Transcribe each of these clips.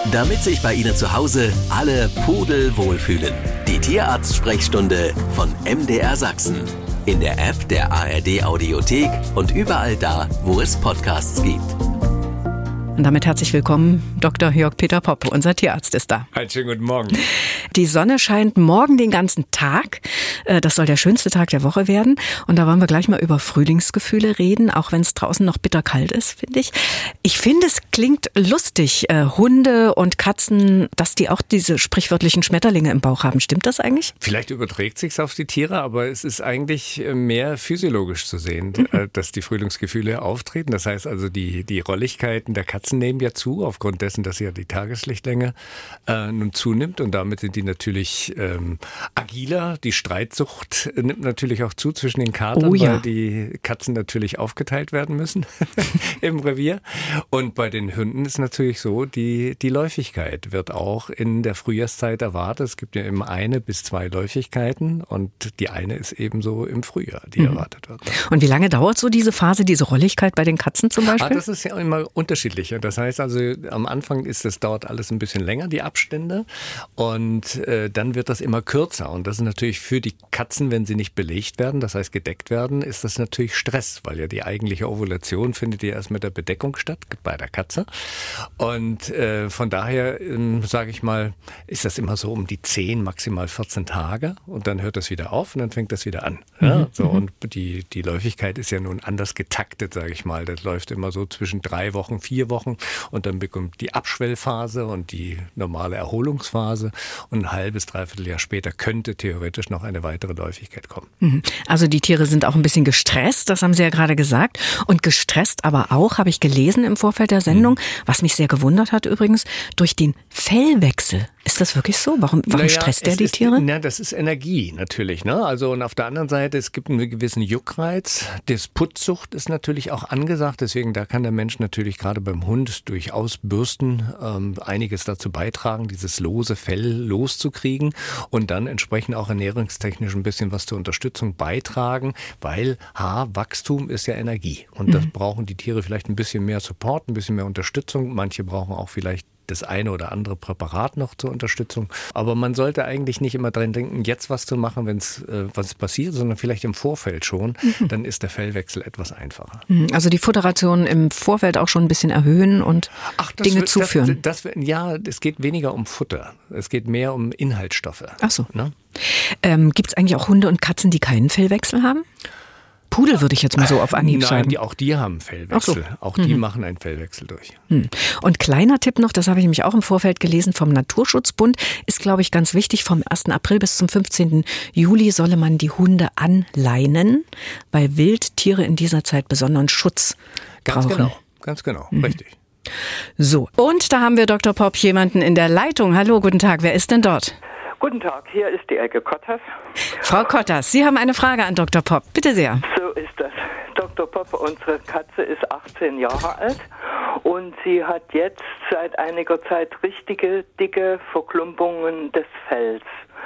Damit sich bei Ihnen zu Hause alle Pudel wohlfühlen. Die Tierarzt-Sprechstunde von MDR Sachsen. In der App der ARD Audiothek und überall da, wo es Podcasts gibt. Und damit herzlich willkommen, Dr. Jörg-Peter Popp, unser Tierarzt ist da. Einen schönen guten Morgen. Die Sonne scheint morgen den ganzen Tag. Das soll der schönste Tag der Woche werden. Und da wollen wir gleich mal über Frühlingsgefühle reden, auch wenn es draußen noch bitterkalt ist, finde ich. Ich finde, es klingt lustig, Hunde und Katzen, dass die auch diese sprichwörtlichen Schmetterlinge im Bauch haben. Stimmt das eigentlich? Vielleicht überträgt sich's auf die Tiere, aber es ist eigentlich mehr physiologisch zu sehen, dass die Frühlingsgefühle auftreten. Das heißt also, die Rolligkeiten der Katzen nehmen ja zu, aufgrund dessen, dass ja die Tageslichtlänge nun zunimmt. Und damit sind die natürlich agiler. Die Streitsucht nimmt natürlich auch zu zwischen den Katern, weil die Katzen natürlich aufgeteilt werden müssen im Revier. Und bei den Hunden ist natürlich so, die Läufigkeit wird auch in der Frühjahrszeit erwartet. Es gibt ja immer 1 bis 2 Läufigkeiten und die eine ist eben so im Frühjahr, die erwartet wird. Und wie lange dauert so diese Phase, diese Rolligkeit bei den Katzen zum Beispiel? Das ist ja immer unterschiedlich. Das heißt also, am Anfang dauert alles ein bisschen länger, die Abstände. Und dann wird das immer kürzer. Und das ist natürlich für die Katzen, wenn sie nicht belegt werden, das heißt gedeckt werden, ist das natürlich Stress, weil ja die eigentliche Ovulation findet ja erst mit der Bedeckung statt, bei der Katze. Und von daher, sage ich mal, ist das immer so um die 10, maximal 14 Tage. Und dann hört das wieder auf und dann fängt das wieder an. Ja, so. Und die Läufigkeit ist ja nun anders getaktet, sage ich mal. Das läuft immer so zwischen 3 Wochen, 4 Wochen. Und dann bekommt die Abschwellphase und die normale Erholungsphase. Und ein halbes, dreiviertel Jahr später könnte theoretisch noch eine weitere Läufigkeit kommen. Also die Tiere sind auch ein bisschen gestresst, das haben Sie ja gerade gesagt. Und gestresst aber auch, habe ich gelesen im Vorfeld der Sendung, was mich sehr gewundert hat übrigens, durch den Fellwechsel. Ist das wirklich so? Warum stresst der die Tiere? Das ist Energie natürlich. Ne? Also und auf der anderen Seite, es gibt einen gewissen Juckreiz. Das Putzsucht ist natürlich auch angesagt. Deswegen, da kann der Mensch natürlich gerade beim Hund durch Ausbürsten einiges dazu beitragen, dieses lose Fell loszukriegen und dann entsprechend auch ernährungstechnisch ein bisschen was zur Unterstützung beitragen, weil Haarwachstum ist ja Energie. Und das brauchen die Tiere vielleicht ein bisschen mehr Support, ein bisschen mehr Unterstützung. Manche brauchen auch vielleicht das eine oder andere Präparat noch zur Unterstützung. Aber man sollte eigentlich nicht immer dran denken, jetzt was zu machen, wenn was passiert, sondern vielleicht im Vorfeld schon. Dann ist der Fellwechsel etwas einfacher. Also die Futterration im Vorfeld auch schon ein bisschen erhöhen und Dinge zuführen. Es geht weniger um Futter. Es geht mehr um Inhaltsstoffe. Ach so. Ne? Gibt es eigentlich auch Hunde und Katzen, die keinen Fellwechsel haben? Pudel würde ich jetzt mal so auf Anhieb sagen. Nein, auch die haben Fellwechsel. So. Auch die machen einen Fellwechsel durch. Und kleiner Tipp noch, das habe ich nämlich auch im Vorfeld gelesen vom Naturschutzbund, ist, glaube ich, ganz wichtig, vom 1. April bis zum 15. Juli solle man die Hunde anleinen, weil Wildtiere in dieser Zeit besonderen Schutz brauchen. Ganz genau, richtig. So, und da haben wir Dr. Popp jemanden in der Leitung. Hallo, guten Tag, wer ist denn dort? Guten Tag, hier ist die Elke Kottas. Frau Kottas, Sie haben eine Frage an Dr. Popp. Bitte sehr. So ist das. Dr. Popp, unsere Katze ist 18 Jahre alt und sie hat jetzt seit einiger Zeit richtige, dicke Verklumpungen des Fells.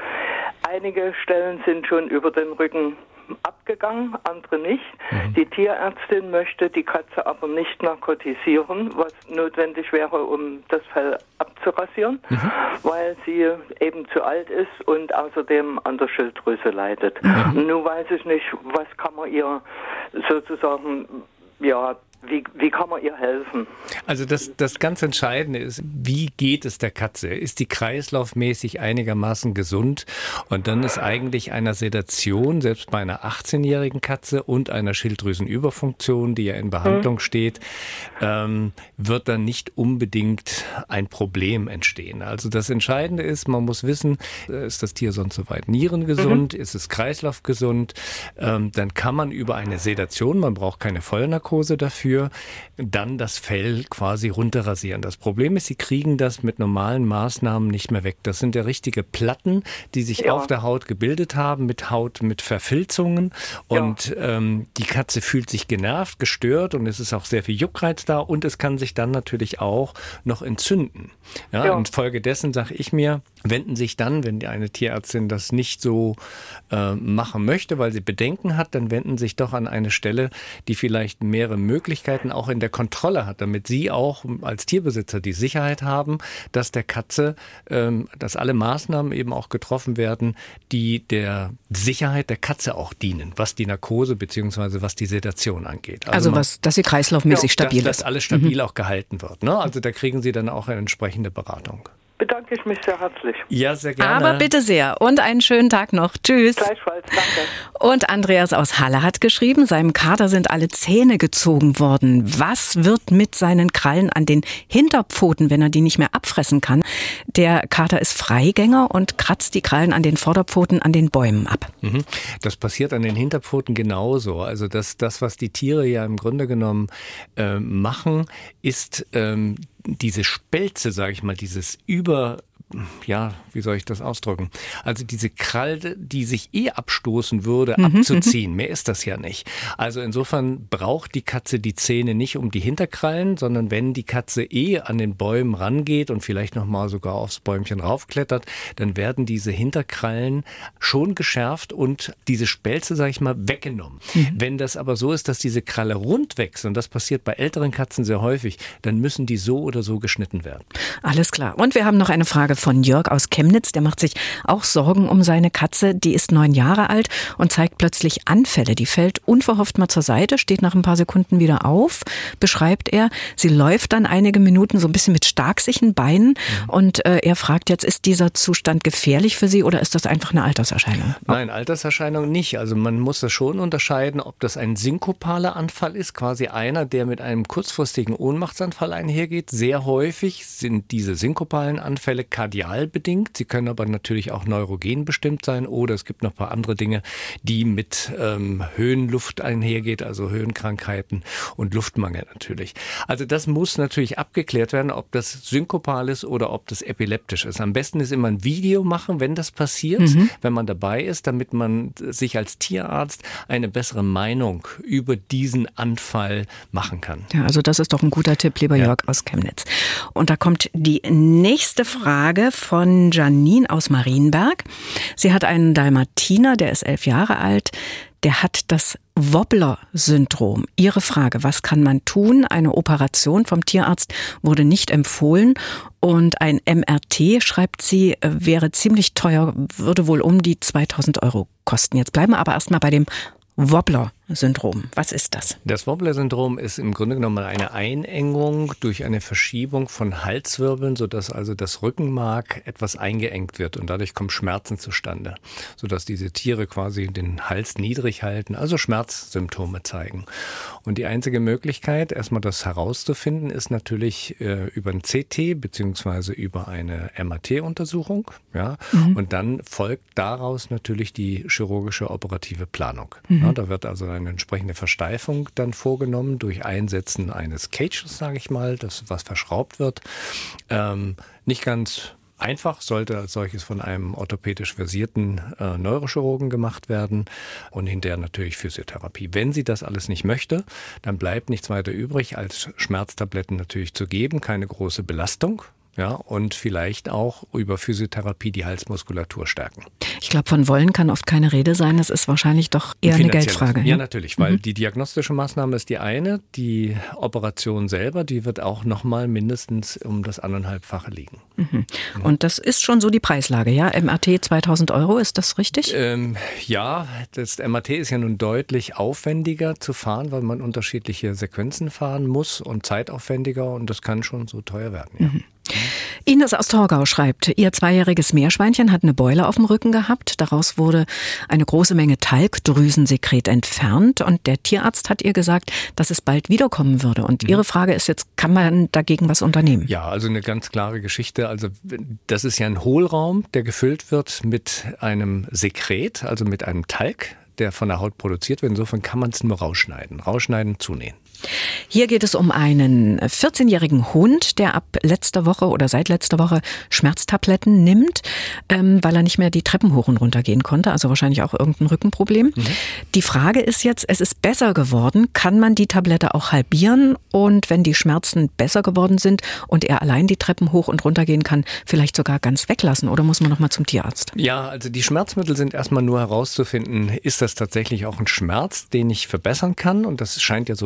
Einige Stellen sind schon über den Rücken abgegangen, andere nicht. Die Tierärztin möchte die Katze aber nicht narkotisieren, was notwendig wäre, um das Fell abzurasieren, weil sie eben zu alt ist und außerdem an der Schilddrüse leidet. Nun weiß ich nicht, was kann man ihr sozusagen, wie kann man ihr helfen? Also das ganz Entscheidende ist, wie geht es der Katze? Ist die kreislaufmäßig einigermaßen gesund? Und dann ist eigentlich einer Sedation, selbst bei einer 18-jährigen Katze und einer Schilddrüsenüberfunktion, die ja in Behandlung steht, wird dann nicht unbedingt ein Problem entstehen. Also das Entscheidende ist, man muss wissen, ist das Tier sonst soweit nierengesund? Ist es kreislaufgesund? Dann kann man über eine Sedation, man braucht keine Vollnarkose dafür, dann das Fell quasi runterrasieren. Das Problem ist, sie kriegen das mit normalen Maßnahmen nicht mehr weg. Das sind ja richtige Platten, die sich auf der Haut gebildet haben, mit Verfilzungen. Und die Katze fühlt sich genervt, gestört und es ist auch sehr viel Juckreiz da und es kann sich dann natürlich auch noch entzünden. Und folgedessen sage ich mir, wenden sich dann, wenn eine Tierärztin das nicht so machen möchte, weil sie Bedenken hat, dann wenden sich doch an eine Stelle, die vielleicht mehrere Möglichkeiten Schwierigkeiten auch in der Kontrolle hat, damit Sie auch als Tierbesitzer die Sicherheit haben, dass der Katze, dass alle Maßnahmen eben auch getroffen werden, die der Sicherheit der Katze auch dienen, was die Narkose bzw. was die Sedation angeht. Also dass sie kreislaufmäßig stabil ist. Dass alles stabil auch gehalten wird. Ne? Also da kriegen Sie dann auch eine entsprechende Beratung. Bedanke ich mich sehr herzlich. Ja, sehr gerne. Aber bitte sehr. Und einen schönen Tag noch. Tschüss. Gleichfalls, danke. Und Andreas aus Halle hat geschrieben, seinem Kater sind alle Zähne gezogen worden. Was wird mit seinen Krallen an den Hinterpfoten, wenn er die nicht mehr abfressen kann? Der Kater ist Freigänger und kratzt die Krallen an den Vorderpfoten an den Bäumen ab. Das passiert an den Hinterpfoten genauso. Also das was die Tiere ja im Grunde genommen machen, ist diese Spelze, sage ich mal, dieses wie soll ich das ausdrücken? Also diese Kralle, die sich abstoßen würde, abzuziehen. Mehr ist das ja nicht. Also insofern braucht die Katze die Zähne nicht um die Hinterkrallen, sondern wenn die Katze an den Bäumen rangeht und vielleicht nochmal sogar aufs Bäumchen raufklettert, dann werden diese Hinterkrallen schon geschärft und diese Spelze, sage ich mal, weggenommen. Wenn das aber so ist, dass diese Kralle rund wächst, und das passiert bei älteren Katzen sehr häufig, dann müssen die so oder so geschnitten werden. Alles klar. Und wir haben noch eine Frage von Jörg aus Chemnitz. Der macht sich auch Sorgen um seine Katze. Die ist 9 Jahre alt und zeigt plötzlich Anfälle. Die fällt unverhofft mal zur Seite, steht nach ein paar Sekunden wieder auf, beschreibt er. Sie läuft dann einige Minuten so ein bisschen mit starksichen Beinen und er fragt jetzt, ist dieser Zustand gefährlich für Sie oder ist das einfach eine Alterserscheinung? Nein, Alterserscheinung nicht. Also man muss das schon unterscheiden, ob das ein synkopaler Anfall ist, quasi einer, der mit einem kurzfristigen Ohnmachtsanfall einhergeht. Sehr häufig sind diese synkopalen Anfälle kardial bedingt. Sie können aber natürlich auch neurogen bestimmt sein oder es gibt noch ein paar andere Dinge, die mit Höhenluft einhergeht, also Höhenkrankheiten und Luftmangel natürlich. Also das muss natürlich abgeklärt werden, ob das synkopal ist oder ob das epileptisch ist. Am besten ist immer ein Video machen, wenn das passiert, wenn man dabei ist, damit man sich als Tierarzt eine bessere Meinung über diesen Anfall machen kann. Ja, also das ist doch ein guter Tipp, lieber Jörg aus Chemnitz. Und da kommt die nächste Frage von Janine aus Marienberg. Sie hat einen Dalmatiner, der ist 11 Jahre alt. Der hat das Wobbler-Syndrom. Ihre Frage, was kann man tun? Eine Operation vom Tierarzt wurde nicht empfohlen und ein MRT, schreibt sie, wäre ziemlich teuer, würde wohl um die 2.000 € kosten. Jetzt bleiben wir aber erstmal bei dem Wobbler-Syndrom. Was ist das? Das Wobbler-Syndrom ist im Grunde genommen eine Einengung durch eine Verschiebung von Halswirbeln, sodass also das Rückenmark etwas eingeengt wird und dadurch kommen Schmerzen zustande, sodass diese Tiere quasi den Hals niedrig halten, also Schmerzsymptome zeigen. Und die einzige Möglichkeit, erstmal das herauszufinden, ist natürlich über ein CT bzw. über eine MRT-Untersuchung. Ja? Und dann folgt daraus natürlich die chirurgische operative Planung. Ja, da wird also eine entsprechende Versteifung dann vorgenommen durch Einsetzen eines Cages, sage ich mal, das was verschraubt wird. Nicht ganz einfach, sollte als solches von einem orthopädisch versierten Neurochirurgen gemacht werden und hinterher natürlich Physiotherapie. Wenn sie das alles nicht möchte, dann bleibt nichts weiter übrig, als Schmerztabletten natürlich zu geben, keine große Belastung. Ja, und vielleicht auch über Physiotherapie die Halsmuskulatur stärken. Ich glaube, von wollen kann oft keine Rede sein. Das ist wahrscheinlich doch eher eine Geldfrage. Ja, natürlich, weil die diagnostische Maßnahme ist die eine. Die Operation selber, die wird auch nochmal mindestens um das 1,5-fache liegen. Und das ist schon so die Preislage, ja? MRT 2.000 €, ist das richtig? Ja, das MRT ist ja nun deutlich aufwendiger zu fahren, weil man unterschiedliche Sequenzen fahren muss und zeitaufwendiger und das kann schon so teuer werden, ja. Ines aus Torgau schreibt, ihr 2-jähriges Meerschweinchen hat eine Beule auf dem Rücken gehabt. Daraus wurde eine große Menge Talgdrüsensekret entfernt und der Tierarzt hat ihr gesagt, dass es bald wiederkommen würde. Und ihre Frage ist jetzt, kann man dagegen was unternehmen? Ja, also eine ganz klare Geschichte. Also das ist ja ein Hohlraum, der gefüllt wird mit einem Sekret, also mit einem Talg, der von der Haut produziert wird. Insofern kann man es nur rausschneiden, zunähen. Hier geht es um einen 14-jährigen Hund, der ab letzter Woche oder seit letzter Woche Schmerztabletten nimmt, weil er nicht mehr die Treppen hoch und runter gehen konnte, also wahrscheinlich auch irgendein Rückenproblem. Die Frage ist jetzt, es ist besser geworden, kann man die Tablette auch halbieren und wenn die Schmerzen besser geworden sind und er allein die Treppen hoch und runter gehen kann, vielleicht sogar ganz weglassen oder muss man nochmal zum Tierarzt? Ja, also die Schmerzmittel sind erstmal nur herauszufinden, ist das tatsächlich auch ein Schmerz, den ich verbessern kann und das scheint ja so zu sein.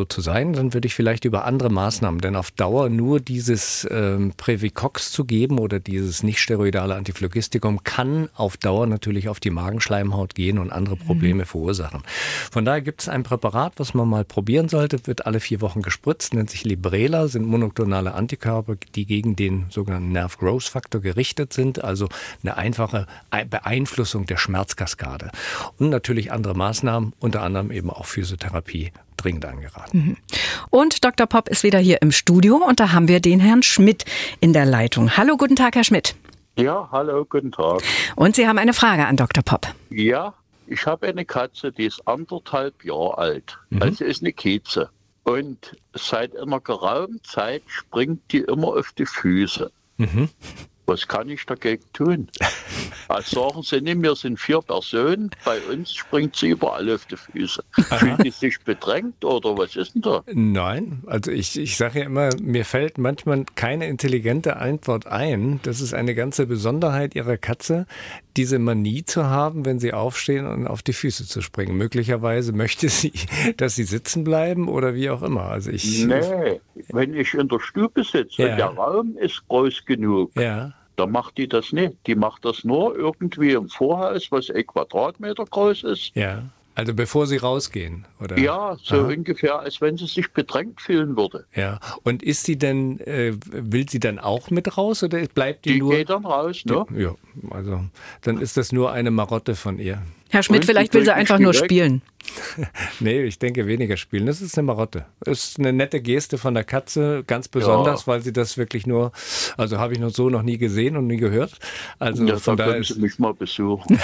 ein, dann würde ich vielleicht über andere Maßnahmen, denn auf Dauer nur dieses Previcox zu geben oder dieses nicht-steroidale Antiphlogistikum kann auf Dauer natürlich auf die Magenschleimhaut gehen und andere Probleme verursachen. Von daher gibt es ein Präparat, was man mal probieren sollte, wird alle 4 Wochen gespritzt, nennt sich Librela, sind monoklonale Antikörper, die gegen den sogenannten Nerve Growth Factor gerichtet sind, also eine einfache Beeinflussung der Schmerzkaskade. Und natürlich andere Maßnahmen, unter anderem eben auch Physiotherapie, dringend angeraten. Und Dr. Popp ist wieder hier im Studio und da haben wir den Herrn Schmidt in der Leitung. Hallo, guten Tag, Herr Schmidt. Ja, hallo, guten Tag. Und Sie haben eine Frage an Dr. Popp. Ja, ich habe eine Katze, die ist 1,5 Jahre alt. Also ist eine Kätze. Und seit einer geraumen Zeit springt die immer auf die Füße. Was kann ich dagegen tun? Also sagen Sie nicht, wir sind 4 Personen, bei uns springt sie überall auf die Füße. Fühlt die sich bedrängt oder was ist denn da? Nein, also ich sage ja immer, mir fällt manchmal keine intelligente Antwort ein. Das ist eine ganze Besonderheit Ihrer Katze, diese Manie zu haben, wenn sie aufstehen und auf die Füße zu springen. Möglicherweise möchte sie, dass sie sitzen bleiben oder wie auch immer. Also nee, wenn ich in der Stube sitze und der Raum ist groß genug, dann macht die das nicht. Die macht das nur irgendwie im Vorhaus, was 1 Quadratmeter groß ist. Ja, also bevor sie rausgehen, oder? Ja, so ungefähr, als wenn sie sich bedrängt fühlen würde. Ja, und ist sie denn, will sie dann auch mit raus oder bleibt die nur? Die geht dann raus, ne? Ja, also dann ist das nur eine Marotte von ihr. Herr Schmidt, vielleicht will sie einfach nur spielen. Nee, ich denke weniger spielen. Das ist eine Marotte. Das ist eine nette Geste von der Katze, ganz besonders, weil sie das wirklich nur, also habe ich noch nie gesehen und nie gehört. Also ja, von daher können Sie mich mal besuchen.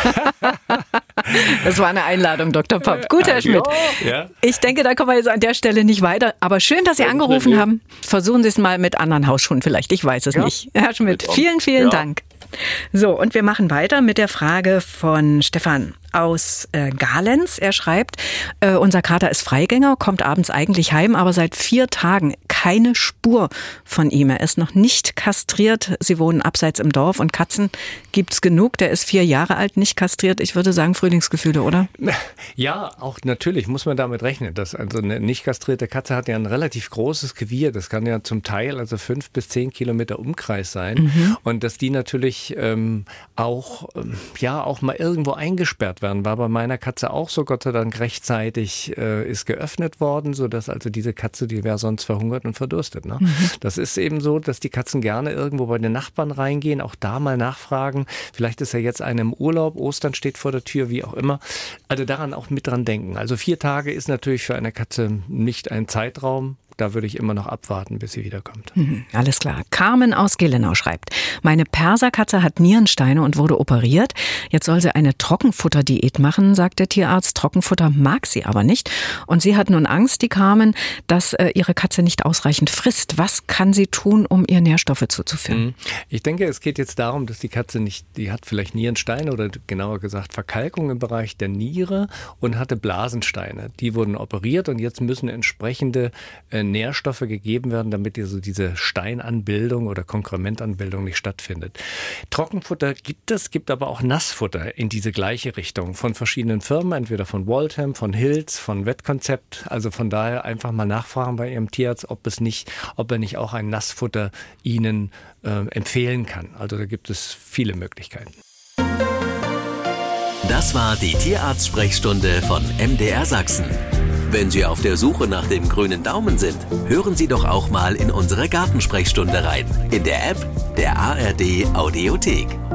Das war eine Einladung, Dr. Popp. Gut, Herr Schmidt. Ja. Ich denke, da kommen wir jetzt an der Stelle nicht weiter. Aber schön, dass Sie angerufen haben. Versuchen Sie es mal mit anderen Hausschuhen vielleicht. Ich weiß es nicht. Herr Schmidt, vielen Dank. So, und wir machen weiter mit der Frage von Stefan aus Galenz. Er schreibt, unser Kater ist Freigänger, kommt abends eigentlich heim, aber seit 4 Tagen keine Spur von ihm. Er ist noch nicht kastriert. Sie wohnen abseits im Dorf und Katzen gibt's genug. Der ist 4 Jahre alt, nicht kastriert. Ich würde sagen Frühlingsgefühle, oder? Ja, auch natürlich muss man damit rechnen. Dass also eine nicht kastrierte Katze hat ja ein relativ großes Gewirr. Das kann ja zum Teil also 5 bis 10 Kilometer Umkreis sein. Und dass die natürlich auch mal irgendwo eingesperrt werden, war bei meiner Katze auch so, Gott sei Dank rechtzeitig ist geöffnet worden, sodass also diese Katze, die wäre sonst verhungert und verdurstet. Ne? Das ist eben so, dass die Katzen gerne irgendwo bei den Nachbarn reingehen, auch da mal nachfragen. Vielleicht ist ja jetzt einer im Urlaub, Ostern steht vor der Tür, wie auch immer. Also daran auch mit dran denken. Also 4 Tage ist natürlich für eine Katze nicht ein Zeitraum. Da würde ich immer noch abwarten, bis sie wiederkommt. Alles klar. Carmen aus Gelenau schreibt, meine Perserkatze hat Nierensteine und wurde operiert. Jetzt soll sie eine Trockenfutterdiät machen, sagt der Tierarzt. Trockenfutter mag sie aber nicht. Und sie hat nun Angst, die Carmen, dass ihre Katze nicht ausreichend frisst. Was kann sie tun, um ihr Nährstoffe zuzuführen? Ich denke, es geht jetzt darum, dass die Katze die hat vielleicht Nierensteine oder genauer gesagt Verkalkung im Bereich der Niere und hatte Blasensteine. Die wurden operiert und jetzt müssen entsprechende Nährstoffe gegeben werden, damit diese Steinanbildung oder Konkrementanbildung nicht stattfindet. Trockenfutter gibt aber auch Nassfutter in diese gleiche Richtung von verschiedenen Firmen, entweder von Waltham, von Hills, von Wettkonzept. Also von daher einfach mal nachfragen bei Ihrem Tierarzt, ob er nicht auch ein Nassfutter Ihnen empfehlen kann. Also da gibt es viele Möglichkeiten. Das war die Tierarzt-Sprechstunde von MDR Sachsen. Wenn Sie auf der Suche nach dem grünen Daumen sind, hören Sie doch auch mal in unsere Gartensprechstunde rein. In der App der ARD Audiothek.